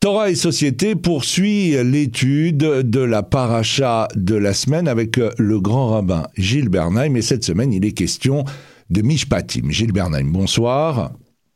Torah et Société poursuit l'étude de la paracha de la semaine avec le grand rabbin Gilles Bernheim. Et cette semaine, il est question de Mishpatim. Gilles Bernheim, bonsoir.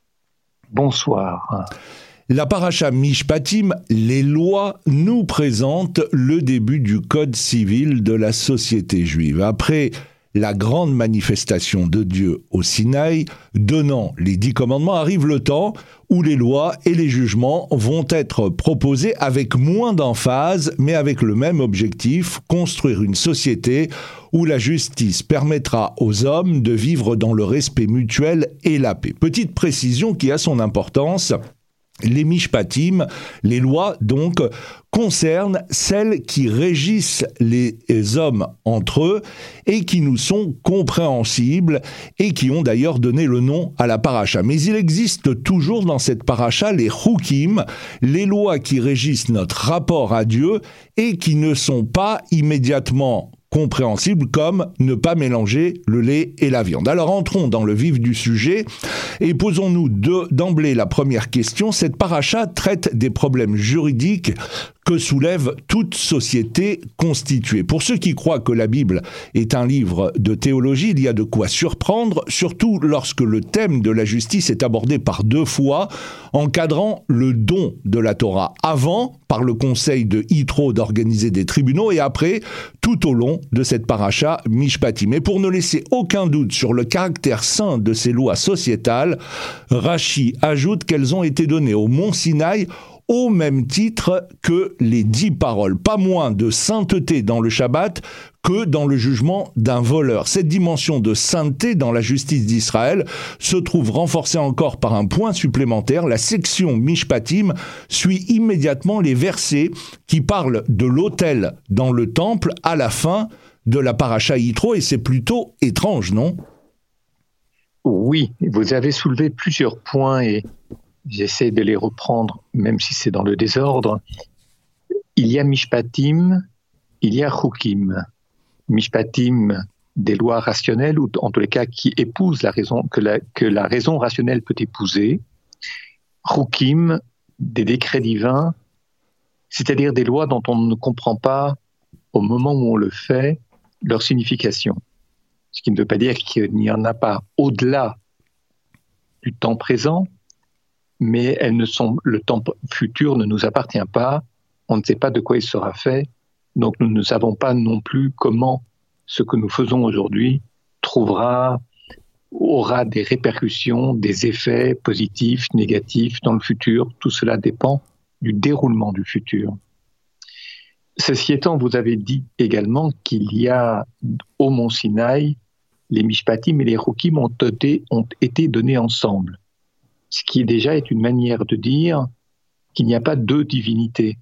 Bonsoir. La paracha Mishpatim, les lois, nous présente le début du code civil de la société juive. Après la grande manifestation de Dieu au Sinaï, donnant les 10 commandements, arrive le temps où les lois et les jugements vont être proposés avec moins d'emphase, mais avec le même objectif, construire une société où la justice permettra aux hommes de vivre dans le respect mutuel et la paix. Petite précision qui a son importance. Les mishpatim, les lois donc, concernent celles qui régissent les hommes entre eux et qui nous sont compréhensibles et qui ont d'ailleurs donné le nom à la paracha. Mais il existe toujours dans cette paracha les chukim, les lois qui régissent notre rapport à Dieu et qui ne sont pas immédiatement compréhensible, comme ne pas mélanger le lait et la viande. Alors entrons dans le vif du sujet et posons-nous d'emblée la première question. Cette paracha traite des problèmes juridiques que soulève toute société constituée. Pour ceux qui croient que la Bible est un livre de théologie, il y a de quoi surprendre, surtout lorsque le thème de la justice est abordé par 2 fois, encadrant le don de la Torah. Avant, par le conseil de Yitro d'organiser des tribunaux, et après, tout au long de cette paracha Mishpatim. Mais pour ne laisser aucun doute sur le caractère saint de ces lois sociétales, Rashi ajoute qu'elles ont été données au mont Sinaï au même titre que les 10 paroles. Pas moins de sainteté dans le Shabbat que dans le jugement d'un voleur. Cette dimension de sainteté dans la justice d'Israël se trouve renforcée encore par un point supplémentaire. La section Mishpatim suit immédiatement les versets qui parlent de l'autel dans le temple à la fin de la paracha Yitro, et c'est plutôt étrange, non ? Oui, vous avez soulevé plusieurs points et j'essaie de les reprendre, même si c'est dans le désordre. Il y a Mishpatim, il y a Chukim. Mishpatim, des lois rationnelles, ou en tous les cas qui épousent la raison, que la raison rationnelle peut épouser. Chukim, des décrets divins, c'est-à-dire des lois dont on ne comprend pas, au moment où on le fait, leur signification. Ce qui ne veut pas dire qu'il n'y en a pas au-delà du temps présent, mais le temps futur ne nous appartient pas, on ne sait pas de quoi il sera fait, donc nous ne savons pas non plus comment ce que nous faisons aujourd'hui aura des répercussions, des effets positifs, négatifs dans le futur. Tout cela dépend du déroulement du futur. Ceci étant, vous avez dit également qu'il y a au mont Sinaï, les Mishpatim et les Chukim ont été donnés ensemble. Ce qui déjà est une manière de dire qu'il n'y a pas 2 divinités.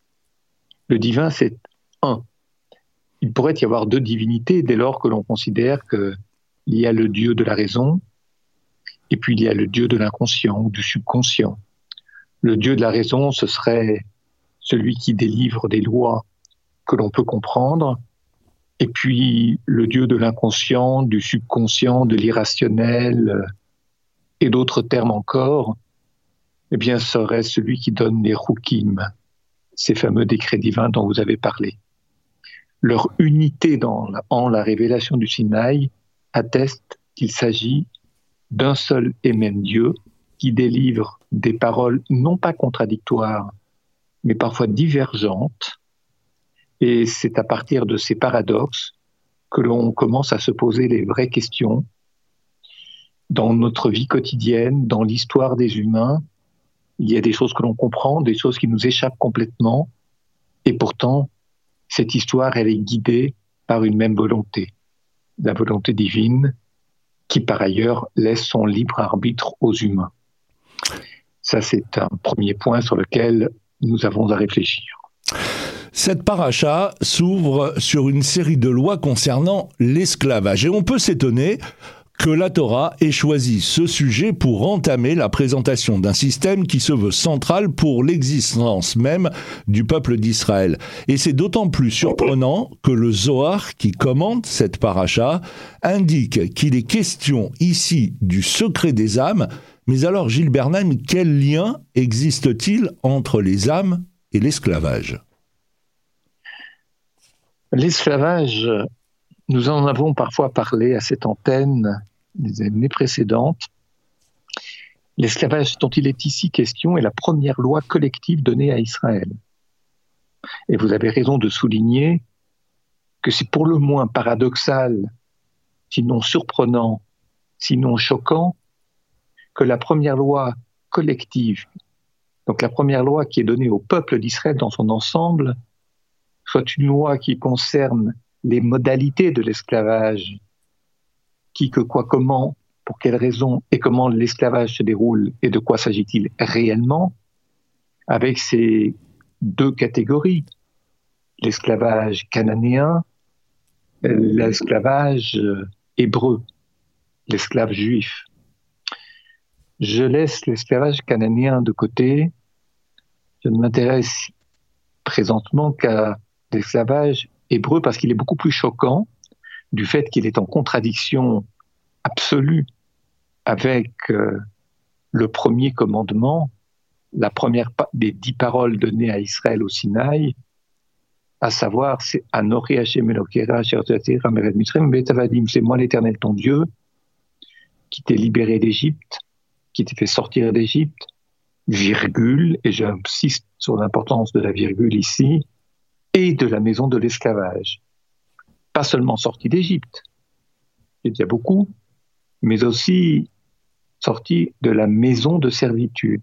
Le divin, c'est un. Il pourrait y avoir 2 divinités dès lors que l'on considère qu'il y a le Dieu de la raison et puis il y a le Dieu de l'inconscient ou du subconscient. Le Dieu de la raison, ce serait celui qui délivre des lois que l'on peut comprendre, et puis le Dieu de l'inconscient, du subconscient, de l'irrationnel, et d'autres termes encore, eh bien, serait celui qui donne les Chukim, ces fameux décrets divins dont vous avez parlé. Leur unité en la révélation du Sinaï atteste qu'il s'agit d'un seul et même Dieu qui délivre des paroles non pas contradictoires, mais parfois divergentes. Et c'est à partir de ces paradoxes que l'on commence à se poser les vraies questions dans notre vie quotidienne, dans l'histoire des humains. Il y a des choses que l'on comprend, des choses qui nous échappent complètement, et pourtant, cette histoire, elle est guidée par une même volonté, la volonté divine, qui par ailleurs laisse son libre arbitre aux humains. Ça, c'est un premier point sur lequel nous avons à réfléchir. Cette paracha s'ouvre sur une série de lois concernant l'esclavage, et on peut s'étonner que la Torah ait choisi ce sujet pour entamer la présentation d'un système qui se veut central pour l'existence même du peuple d'Israël. Et c'est d'autant plus surprenant que le Zohar, qui commente cette paracha, indique qu'il est question ici du secret des âmes, Mais alors, Gilles Bernheim, quel lien existe-t-il entre les âmes et l'esclavage ? L'esclavage, nous en avons parfois parlé à cette antenne des années précédentes. L'esclavage dont il est ici question est la première loi collective donnée à Israël. Et vous avez raison de souligner que c'est pour le moins paradoxal, sinon surprenant, sinon choquant, que la première loi collective, donc la première loi qui est donnée au peuple d'Israël dans son ensemble, soit une loi qui concerne les modalités de l'esclavage, qui, que, quoi, comment, pour quelles raisons et comment l'esclavage se déroule et de quoi s'agit-il réellement, avec ces deux catégories, l'esclavage cananéen, l'esclavage hébreu, l'esclave juif. Je laisse l'esclavage cananéen de côté, je ne m'intéresse présentement qu'à l'esclavage hébreu parce qu'il est beaucoup plus choquant du fait qu'il est en contradiction absolue avec le premier commandement, la première des 10 paroles données à Israël au Sinaï, à savoir, c'est Anori Hashem Elokera, c'est moi l'Éternel ton Dieu, qui t'ai libéré d'Égypte, qui t'ai fait sortir d'Égypte, virgule, et j'insiste sur l'importance de la virgule ici, et de la maison de l'esclavage. Pas seulement sorti d'Égypte, c'est déjà beaucoup, mais aussi sorti de la maison de servitude.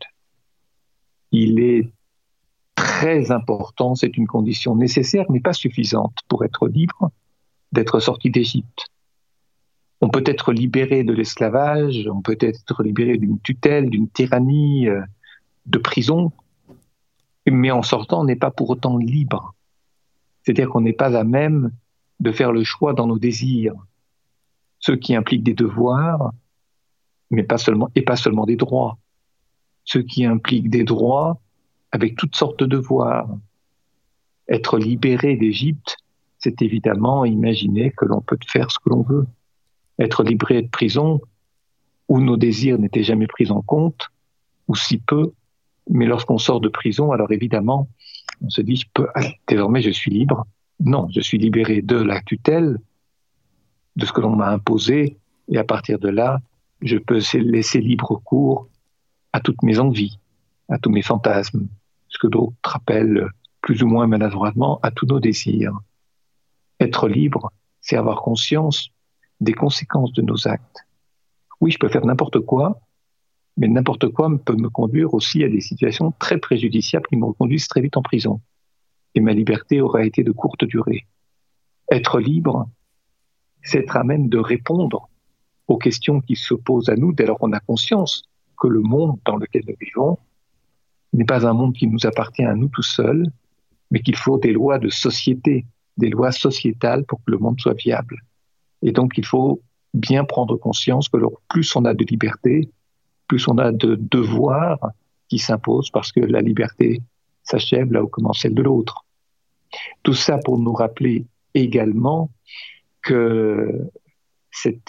Il est très important, c'est une condition nécessaire, mais pas suffisante pour être libre, d'être sorti d'Égypte. On peut être libéré de l'esclavage, on peut être libéré d'une tutelle, d'une tyrannie, de prison, mais en sortant, on n'est pas pour autant libre. C'est-à-dire qu'on n'est pas à même de faire le choix dans nos désirs, ceux qui impliquent des devoirs, mais pas seulement des droits. Ceux qui impliquent des droits avec toutes sortes de devoirs. Être libéré d'Égypte, c'est évidemment imaginer que l'on peut faire ce que l'on veut. Être libéré de prison, où nos désirs n'étaient jamais pris en compte, ou si peu, mais lorsqu'on sort de prison, alors évidemment, on se dit, désormais je suis libre. Non, je suis libéré de la tutelle, de ce que l'on m'a imposé, et à partir de là, je peux laisser libre cours à toutes mes envies, à tous mes fantasmes, ce que d'autres appellent plus ou moins maladroitement à tous nos désirs. Être libre, c'est avoir conscience des conséquences de nos actes. Oui, je peux faire n'importe quoi, mais n'importe quoi peut me conduire aussi à des situations très préjudiciables qui me reconduisent très vite en prison. Et ma liberté aura été de courte durée. Être libre, c'est être à même de répondre aux questions qui se posent à nous dès lors qu'on a conscience que le monde dans lequel nous vivons n'est pas un monde qui nous appartient à nous tout seuls, mais qu'il faut des lois de société, des lois sociétales pour que le monde soit viable. Et donc il faut bien prendre conscience que plus on a de liberté, plus on a de devoirs qui s'imposent parce que la liberté s'achève là où commence celle de l'autre. Tout ça pour nous rappeler également que cette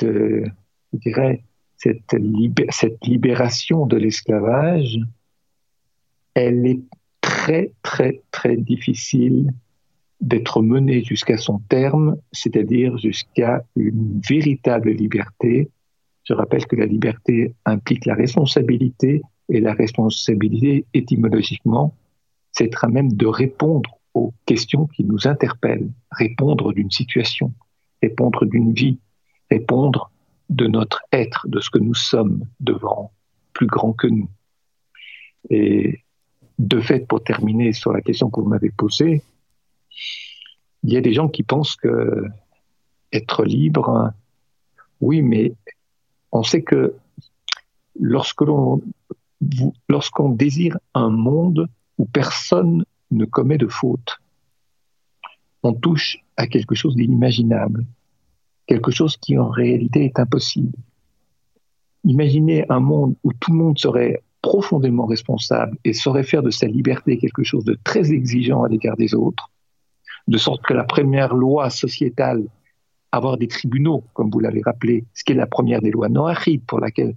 libération de l'esclavage, elle est très, très, très difficile d'être menée jusqu'à son terme, c'est-à-dire jusqu'à une véritable liberté. Je rappelle que la liberté implique la responsabilité, et la responsabilité, étymologiquement, c'est être à même de répondre aux questions qui nous interpellent, répondre d'une situation, répondre d'une vie, répondre de notre être, de ce que nous sommes devant plus grand que nous. Et de fait, pour terminer sur la question que vous m'avez posée, il y a des gens qui pensent que être libre, oui, mais on sait que lorsqu'on désire un monde où personne ne commet de faute, on touche à quelque chose d'inimaginable, quelque chose qui en réalité est impossible. Imaginez un monde où tout le monde serait profondément responsable et saurait faire de sa liberté quelque chose de très exigeant à l'égard des autres, de sorte que la première loi sociétale, avoir des tribunaux, comme vous l'avez rappelé, ce qui est la première des lois noachides pour laquelle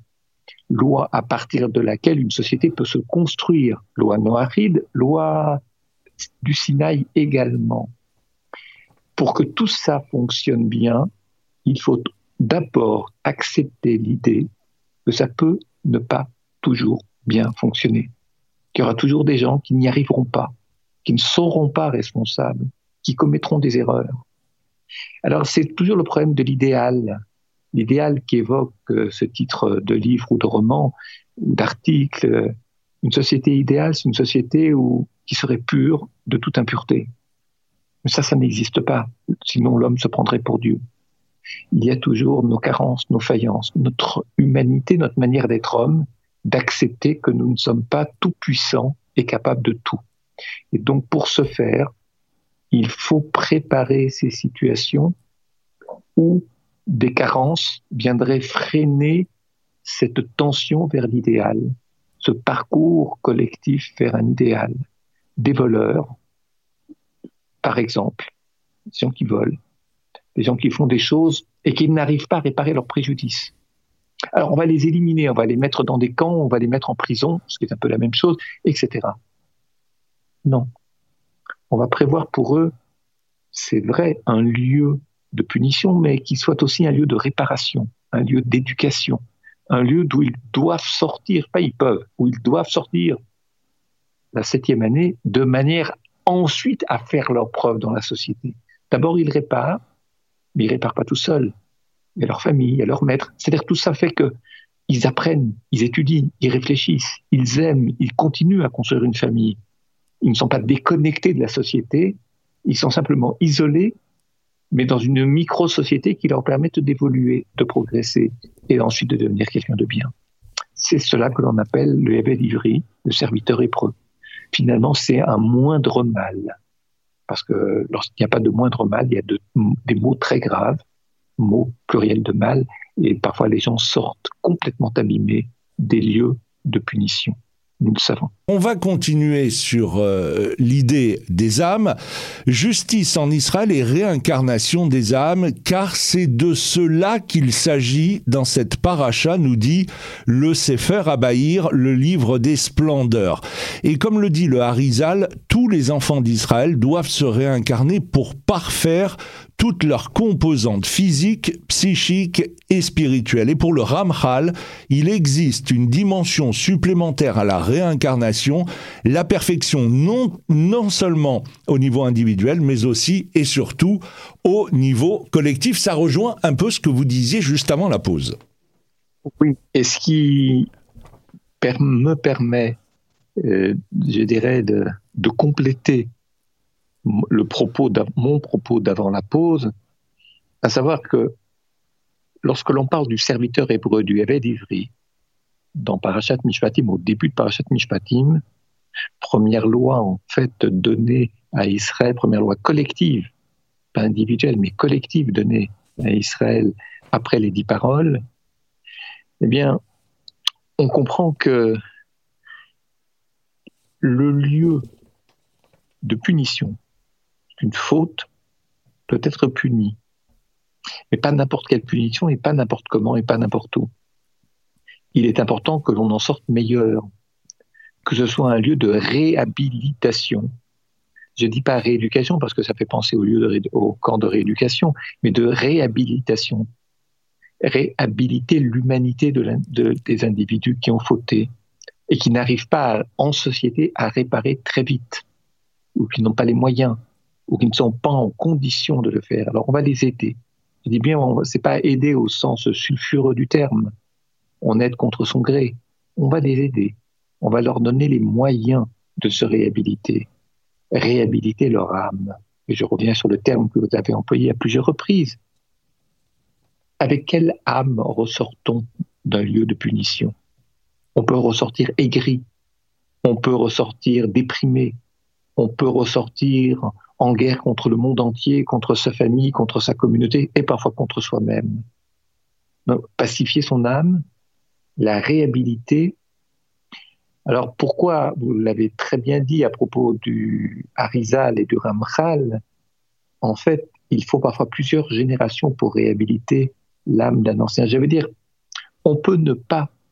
loi à partir de laquelle une société peut se construire, loi Noachide, loi du Sinaï également. Pour que tout ça fonctionne bien, il faut d'abord accepter l'idée que ça peut ne pas toujours bien fonctionner, qu'il y aura toujours des gens qui n'y arriveront pas, qui ne seront pas responsables, qui commettront des erreurs. Alors c'est toujours le problème de l'idéal qu'évoque ce titre de livre ou de roman ou d'article. Une société idéale, c'est une société qui serait pure de toute impureté. Mais ça n'existe pas, sinon l'homme se prendrait pour Dieu. Il y a toujours nos carences, nos faillances, notre humanité, notre manière d'être homme, d'accepter que nous ne sommes pas tout puissants et capables de tout. Et donc pour ce faire, il faut préparer ces situations où des carences viendraient freiner cette tension vers l'idéal, ce parcours collectif vers un idéal. Des voleurs, par exemple, des gens qui volent, des gens qui font des choses et qui n'arrivent pas à réparer leurs préjudices. Alors on va les éliminer, on va les mettre dans des camps, on va les mettre en prison, ce qui est un peu la même chose, etc. Non. On va prévoir pour eux, c'est vrai, un lieu de punition, mais qui soit aussi un lieu de réparation, un lieu d'éducation, un lieu d'où ils doivent sortir, pas ils peuvent, où ils doivent sortir la 7e année de manière ensuite à faire leur preuve dans la société. D'abord, ils réparent, mais ils ne réparent pas tout seuls. Il y a leur famille, il y a leur maître. C'est-à-dire tout ça fait qu'ils apprennent, ils étudient, ils réfléchissent, ils aiment, ils continuent à construire une famille. Ils ne sont pas déconnectés de la société, ils sont simplement isolés, mais dans une micro-société qui leur permet d'évoluer, de progresser et ensuite de devenir quelqu'un de bien. C'est cela que l'on appelle le Eved Ivri, le serviteur hébreu. Finalement, c'est un moindre mal. Parce que lorsqu'il n'y a pas de moindre mal, il y a des mots très graves, mots pluriels de mal, et parfois les gens sortent complètement abîmés des lieux de punition. Nous le savons. On va continuer sur l'idée des âmes. Justice en Israël et réincarnation des âmes, car c'est de cela qu'il s'agit dans cette paracha, nous dit le Sefer Abaïr, le livre des splendeurs. Et comme le dit le Harizal, tous les enfants d'Israël doivent se réincarner pour parfaire toutes leurs composantes physiques, psychiques et spirituelles. Et pour le Ramchal, il existe une dimension supplémentaire à la réincarnation, la perfection non seulement au niveau individuel, mais aussi et surtout au niveau collectif. Ça rejoint un peu ce que vous disiez juste avant la pause. Oui, et ce qui me permet, je dirais, de compléter mon propos d'avant la pause, à savoir que lorsque l'on parle du serviteur hébreu, du Eved Ivri, dans Parashat Mishpatim, au début de Parashat Mishpatim, première loi en fait donnée à Israël, première loi collective, pas individuelle, mais collective donnée à Israël après les 10 paroles, eh bien, on comprend que le lieu de punition, une faute doit être punie. Mais pas n'importe quelle punition, et pas n'importe comment, et pas n'importe où. Il est important que l'on en sorte meilleur, que ce soit un lieu de réhabilitation. Je ne dis pas rééducation parce que ça fait penser au camp de rééducation, mais de réhabilitation. Réhabiliter l'humanité des individus qui ont fauté et qui n'arrivent pas en société à réparer très vite, ou qui n'ont pas les moyens, ou qui ne sont pas en condition de le faire. Alors on va les aider. Je dis bien, c'est pas aider au sens sulfureux du terme. On aide contre son gré. On va les aider. On va leur donner les moyens de se réhabiliter. Réhabiliter leur âme. Et je reviens sur le terme que vous avez employé à plusieurs reprises. Avec quelle âme ressort-on d'un lieu de punition? On peut ressortir aigri. On peut ressortir déprimé. On peut ressortir en guerre contre le monde entier, contre sa famille, contre sa communauté et parfois contre soi-même. Donc, pacifier son âme, la réhabiliter. Alors pourquoi, vous l'avez très bien dit à propos du Harizal et du Ramchal, en fait, il faut parfois plusieurs générations pour réhabiliter l'âme d'un ancien. Je veux dire, on peut ne pas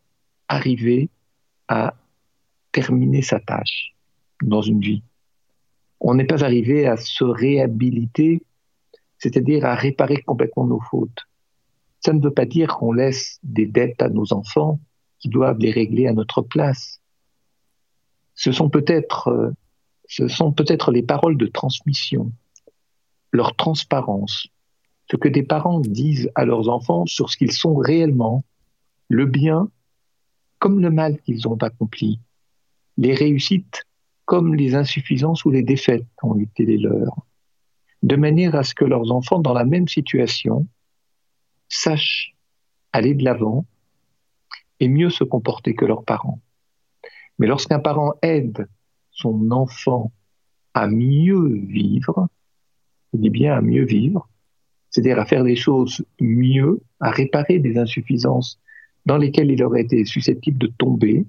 arrivé à terminer sa tâche dans une vie. On n'est pas arrivé à se réhabiliter, c'est-à-dire à réparer complètement nos fautes. Ça ne veut pas dire qu'on laisse des dettes à nos enfants qui doivent les régler à notre place. Ce sont peut-être les paroles de transmission, leur transparence, ce que des parents disent à leurs enfants sur ce qu'ils sont réellement, le bien comme le mal qu'ils ont accompli, les réussites comme les insuffisances ou les défaites ont été les leurs, de manière à ce que leurs enfants, dans la même situation, sachent aller de l'avant et mieux se comporter que leurs parents. Mais lorsqu'un parent aide son enfant à mieux vivre, je dis bien à mieux vivre, c'est-à-dire à faire les choses mieux, à réparer des insuffisances dans lesquelles il aurait été susceptible de tomber,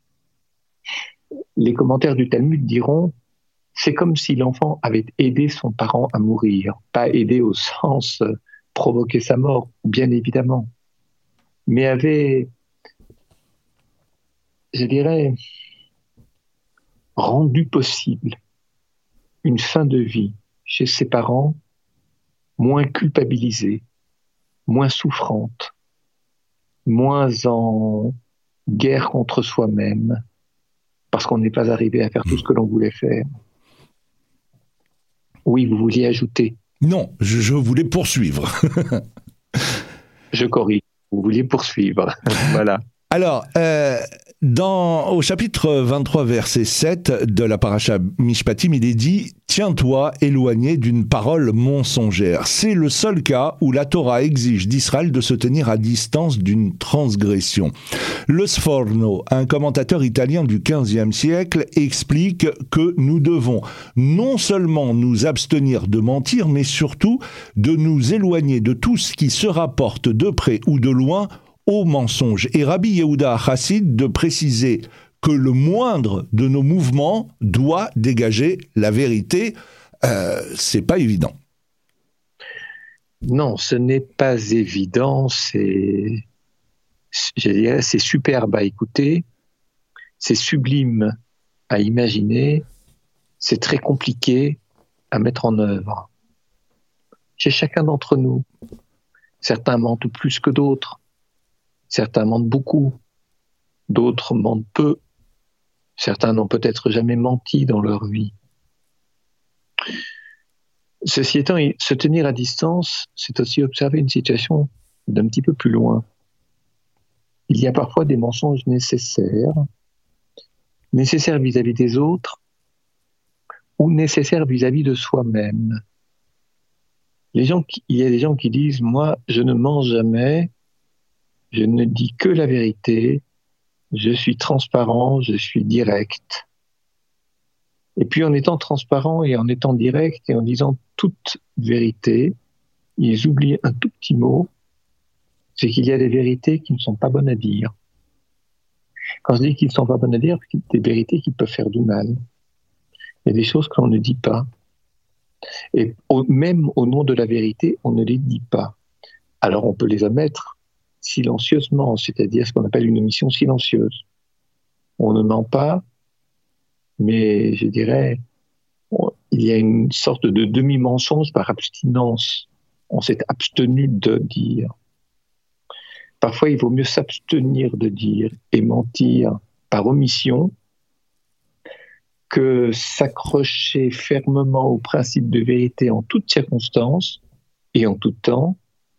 les commentaires du Talmud diront « c'est comme si l'enfant avait aidé son parent à mourir », pas aidé au sens provoquer sa mort, bien évidemment, mais avait, je dirais, rendu possible une fin de vie chez ses parents moins culpabilisée, moins souffrante, moins en guerre contre soi-même, parce qu'on n'est pas arrivé à faire tout ce que l'on voulait faire. Oui, vous vouliez ajouter? Non, je voulais poursuivre. Je corrige, vous vouliez poursuivre. Voilà. Alors, au chapitre 23, verset 7 de la paracha Mishpatim, il est dit « Tiens-toi éloigné d'une parole mensongère ». C'est le seul cas où la Torah exige d'Israël de se tenir à distance d'une transgression. Le Sforno, un commentateur italien du XVe siècle, explique que nous devons non seulement nous abstenir de mentir, mais surtout de nous éloigner de tout ce qui se rapporte de près ou de loin au mensonge. Et Rabbi Yehuda Chassid de préciser que le moindre de nos mouvements doit dégager la vérité. C'est pas évident. Non, ce n'est pas évident. Je dirais, c'est superbe à écouter, c'est sublime à imaginer, c'est très compliqué à mettre en œuvre. Chez chacun d'entre nous, certains mentent plus que d'autres. Certains mentent beaucoup, d'autres mentent peu. Certains n'ont peut-être jamais menti dans leur vie. Ceci étant, se tenir à distance, c'est aussi observer une situation d'un petit peu plus loin. Il y a parfois des mensonges nécessaires vis-à-vis des autres ou nécessaires vis-à-vis de soi-même. Il y a des gens qui disent « moi, je ne mens jamais ». Je ne dis que la vérité, je suis transparent, je suis direct. Et puis en étant transparent et en étant direct et en disant toute vérité, ils oublient un tout petit mot, c'est qu'il y a des vérités qui ne sont pas bonnes à dire. Quand je dis qu'ils ne sont pas bonnes à dire, c'est des vérités qui peuvent faire du mal. Il y a des choses que l'on ne dit pas. Et même au nom de la vérité, on ne les dit pas. Alors on peut les omettre silencieusement, c'est-à-dire ce qu'on appelle une omission silencieuse. On ne ment pas, mais je dirais, il y a une sorte de demi-mensonge par abstinence. On s'est abstenu de dire. Parfois, il vaut mieux s'abstenir de dire et mentir par omission que s'accrocher fermement au principe de vérité en toutes circonstances et en tout temps,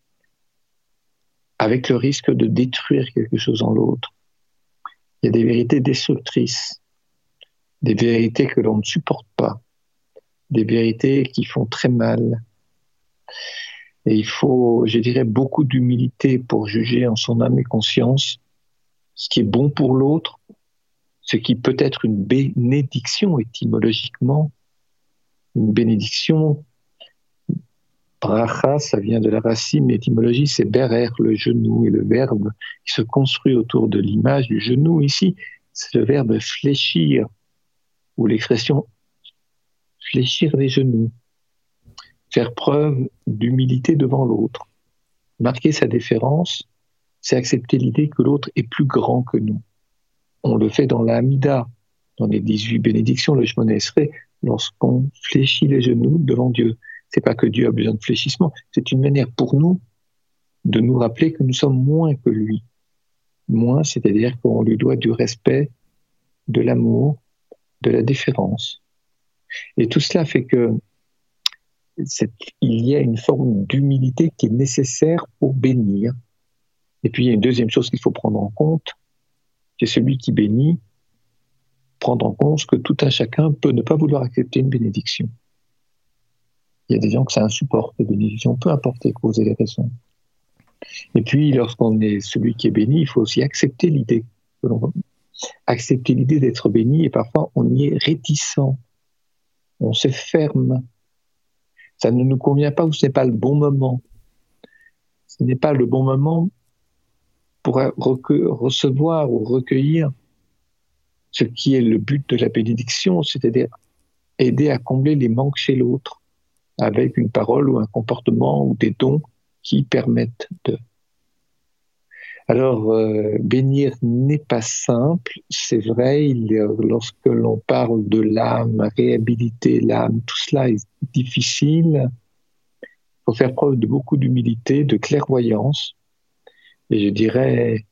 avec le risque de détruire quelque chose en l'autre. Il y a des vérités destructrices, des vérités que l'on ne supporte pas, des vérités qui font très mal. Et il faut, je dirais, beaucoup d'humilité pour juger en son âme et conscience ce qui est bon pour l'autre, ce qui peut être une bénédiction étymologiquement, une bénédiction. Bracha, ça vient de la racine, l'étymologie, c'est berer, le genou, et le verbe qui se construit autour de l'image du genou ici, c'est le verbe fléchir, ou l'expression fléchir les genoux, faire preuve d'humilité devant l'autre. Marquer sa déférence, c'est accepter l'idée que l'autre est plus grand que nous. on le fait dans la Hamida, dans les 18 bénédictions, le Shemona Esrei, lorsqu'on fléchit les genoux devant Dieu. C'est pas que Dieu a besoin de fléchissement, c'est une manière pour nous de nous rappeler que nous sommes moins que lui. Moins, c'est-à-dire qu'on lui doit du respect, de l'amour, de la déférence. Et tout cela fait que il y a une forme d'humilité qui est nécessaire pour bénir. Et puis il y a une deuxième chose qu'il faut prendre en compte, c'est celui qui bénit, prendre en compte que tout un chacun peut ne pas vouloir accepter une bénédiction. Il y a des gens que ça insupporte, les bénédictions, peu importe les causes et les raisons. Et puis, lorsqu'on est celui qui est béni, il faut aussi accepter l'idée d'être béni, et parfois on y est réticent, on se ferme. Ça ne nous convient pas ou ce n'est pas le bon moment. Ce n'est pas le bon moment pour recevoir ou recueillir ce qui est le but de la bénédiction, c'est-à-dire aider à combler les manques chez l'autre, avec une parole ou un comportement ou des dons qui permettent de. Alors, bénir n'est pas simple, c'est vrai, lorsque l'on parle de l'âme, réhabiliter l'âme, tout cela est difficile. Il faut faire preuve de beaucoup d'humilité, de clairvoyance, et je dirais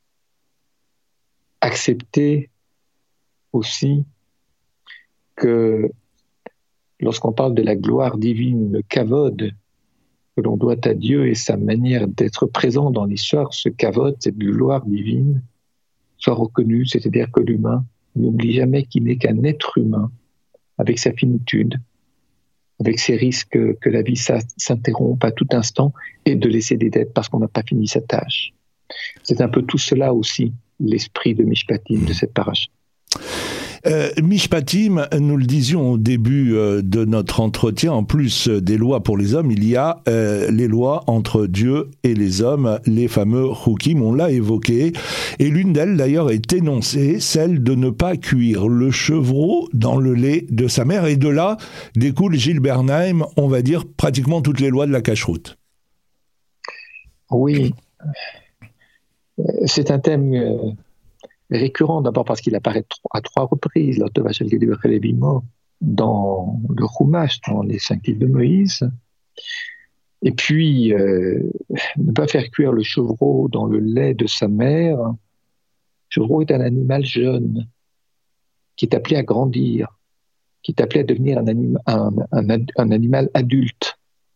accepter aussi que lorsqu'on parle de la gloire divine, le kavod que l'on doit à Dieu et sa manière d'être présent dans l'histoire, ce kavod, cette gloire divine, soit reconnue, c'est-à-dire que l'humain n'oublie jamais qu'il n'est qu'un être humain, avec sa finitude, avec ses risques que la vie s'interrompe à tout instant et de laisser des dettes parce qu'on n'a pas fini sa tâche. C'est un peu tout cela aussi, l'esprit de Mishpatim, de cette paracha. Mishpatim, nous le disions au début de notre entretien, en plus des lois pour les hommes, il y a les lois entre Dieu et les hommes, les fameux Chukim, on l'a évoqué, et l'une d'elles d'ailleurs est énoncée, celle de ne pas cuire le chevreau dans le lait de sa mère, et de là découle, Gilles Bernheim, on va dire pratiquement toutes les lois de la cacheroute. Oui, c'est un thème récurrent, d'abord parce qu'il apparaît à 3 reprises, dans le Chumash, dans les 5 livres de Moïse. Et puis, ne pas faire cuire le chevreau dans le lait de sa mère. Le chevreau est un animal jeune, qui est appelé à grandir, qui est appelé à devenir un animal adulte.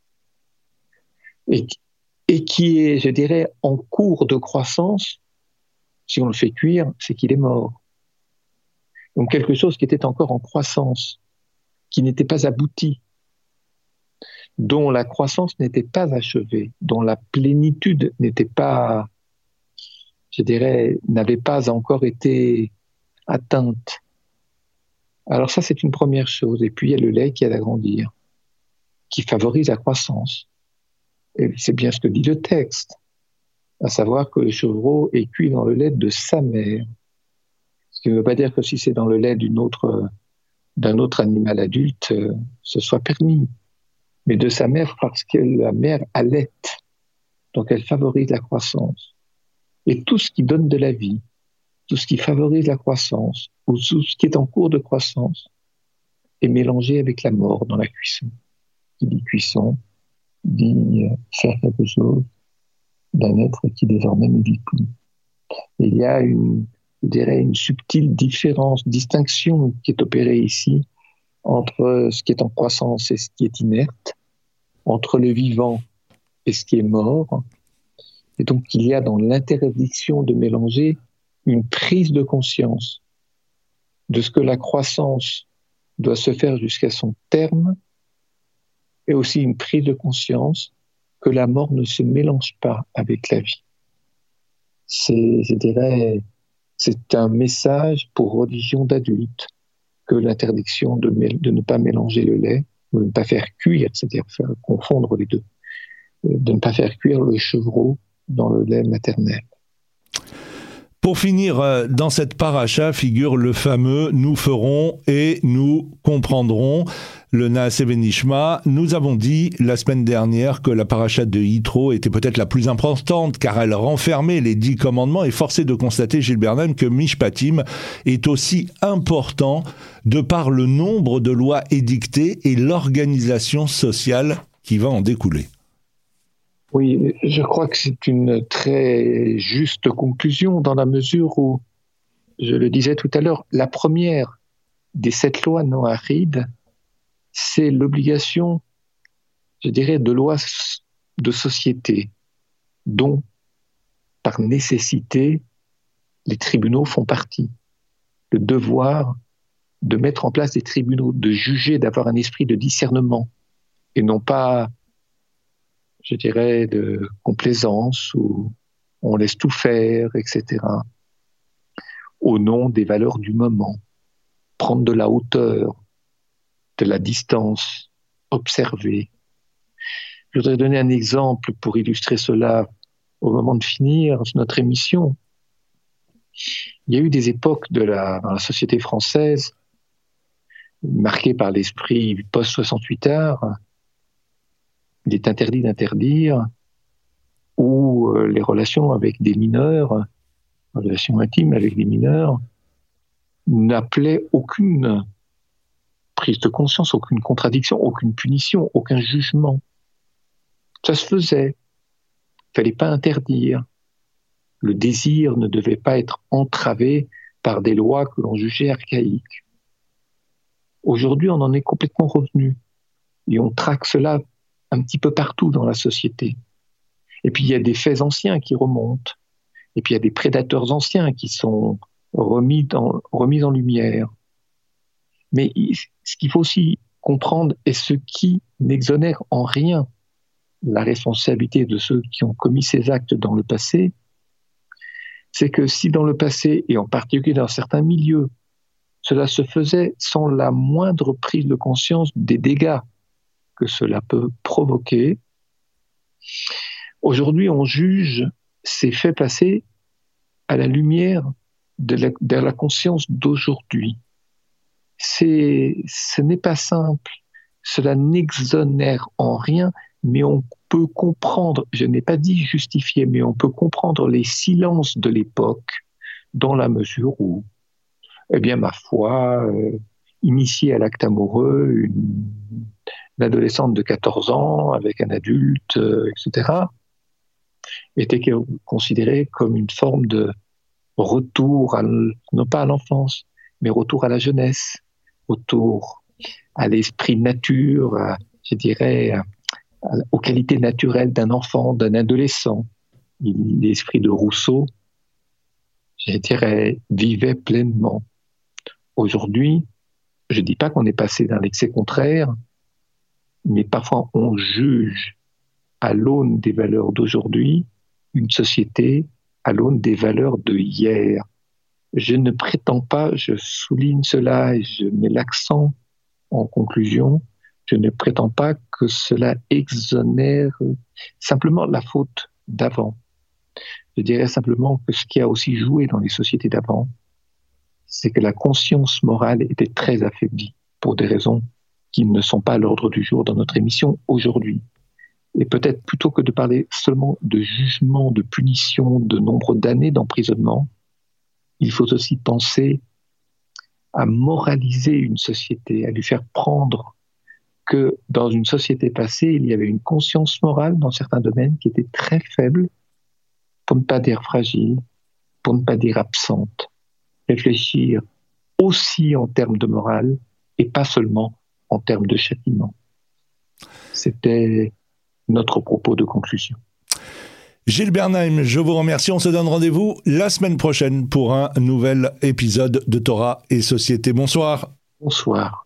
Et qui est, je dirais, en cours de croissance. Si on le fait cuire, c'est qu'il est mort. Donc quelque chose qui était encore en croissance, qui n'était pas abouti, dont la croissance n'était pas achevée, dont la plénitude n'était pas, je dirais, n'avait pas encore été atteinte. Alors ça, c'est une première chose. Et puis il y a le lait qui a à grandir, qui favorise la croissance. Et c'est bien ce que dit le texte, à savoir que le chevreau est cuit dans le lait de sa mère. Ce qui ne veut pas dire que si c'est dans le lait d'un autre animal adulte, ce soit permis. Mais de sa mère, parce que la mère allait. Donc elle favorise la croissance. Et tout ce qui donne de la vie, tout ce qui favorise la croissance, ou tout ce qui est en cours de croissance, est mélangé avec la mort dans la cuisson. Qui dit cuisson, dit faire quelque chose d'un être qui désormais ne vit plus. Et il y a je dirais, une subtile distinction qui est opérée ici entre ce qui est en croissance et ce qui est inerte, entre le vivant et ce qui est mort. Et donc il y a dans l'interdiction de mélanger une prise de conscience de ce que la croissance doit se faire jusqu'à son terme, et aussi une prise de conscience que la mort ne se mélange pas avec la vie. Je dirais, c'est un message pour religion d'adulte que l'interdiction de ne pas mélanger le lait, de ne pas faire cuire, c'est-à-dire faire confondre les deux, de ne pas faire cuire le chevreau dans le lait maternel. Pour finir, dans cette paracha figure le fameux « nous ferons et nous comprendrons ». le Naaseh Benishma. Nous avons dit la semaine dernière que la paracha de Yitro était peut-être la plus importante car elle renfermait les 10 commandements et force est de constater, Gilles Bernheim, que Mishpatim est aussi important de par le nombre de lois édictées et l'organisation sociale qui va en découler. Oui, je crois que c'est une très juste conclusion dans la mesure où, je le disais tout à l'heure, la première des 7 lois noachides, c'est l'obligation, je dirais, de lois de société, dont, par nécessité, les tribunaux font partie. Le devoir de mettre en place des tribunaux, de juger, d'avoir un esprit de discernement, et non pas, je dirais, de complaisance, où on laisse tout faire, etc., au nom des valeurs du moment. Prendre de la hauteur, de la distance, observer. Je voudrais donner un exemple pour illustrer cela au moment de finir notre émission. Il y a eu des époques dans la société française marquées par l'esprit post-68 art. Il est interdit d'interdire, où les relations avec des mineurs, relations intimes avec des mineurs, n'appelaient aucune prise de conscience, aucune contradiction, aucune punition, aucun jugement. Ça se faisait. Il ne fallait pas interdire. Le désir ne devait pas être entravé par des lois que l'on jugeait archaïques. Aujourd'hui, on en est complètement revenu. Et on traque cela un petit peu partout dans la société. Et puis, il y a des faits anciens qui remontent. Et puis, il y a des prédateurs anciens qui sont remis en lumière. Mais ce qu'il faut aussi comprendre, et ce qui n'exonère en rien la responsabilité de ceux qui ont commis ces actes dans le passé, c'est que si dans le passé, et en particulier dans certains milieux, cela se faisait sans la moindre prise de conscience des dégâts que cela peut provoquer, aujourd'hui on juge ces faits passés à la lumière de la conscience d'aujourd'hui. Ce n'est pas simple, cela n'exonère en rien, mais on peut comprendre, je n'ai pas dit justifier, mais on peut comprendre les silences de l'époque dans la mesure où, eh bien, ma foi, initiée à l'acte amoureux, une adolescente de 14 ans avec un adulte, etc., était considérée comme une forme de retour, non pas à l'enfance, mais retour à la jeunesse, retour à l'esprit nature, je dirais, aux qualités naturelles d'un enfant, d'un adolescent. L'esprit de Rousseau, je dirais, vivait pleinement. Aujourd'hui, je ne dis pas qu'on est passé d'un excès contraire, mais parfois on juge à l'aune des valeurs d'aujourd'hui une société à l'aune des valeurs de hier. Je ne prétends pas, je souligne cela et je mets l'accent en conclusion, je ne prétends pas que cela exonère simplement la faute d'avant. Je dirais simplement que ce qui a aussi joué dans les sociétés d'avant, c'est que la conscience morale était très affaiblie pour des raisons qui ne sont pas à l'ordre du jour dans notre émission aujourd'hui. Et peut-être plutôt que de parler seulement de jugement, de punition, de nombre d'années d'emprisonnement, il faut aussi penser à moraliser une société, à lui faire prendre que dans une société passée, il y avait une conscience morale dans certains domaines qui était très faible, pour ne pas dire fragile, pour ne pas dire absente. Réfléchir aussi en termes de morale et pas seulement en termes de châtiment. C'était notre propos de conclusion. Gilles Bernheim, je vous remercie. On se donne rendez-vous la semaine prochaine pour un nouvel épisode de Torah et Société. Bonsoir. Bonsoir.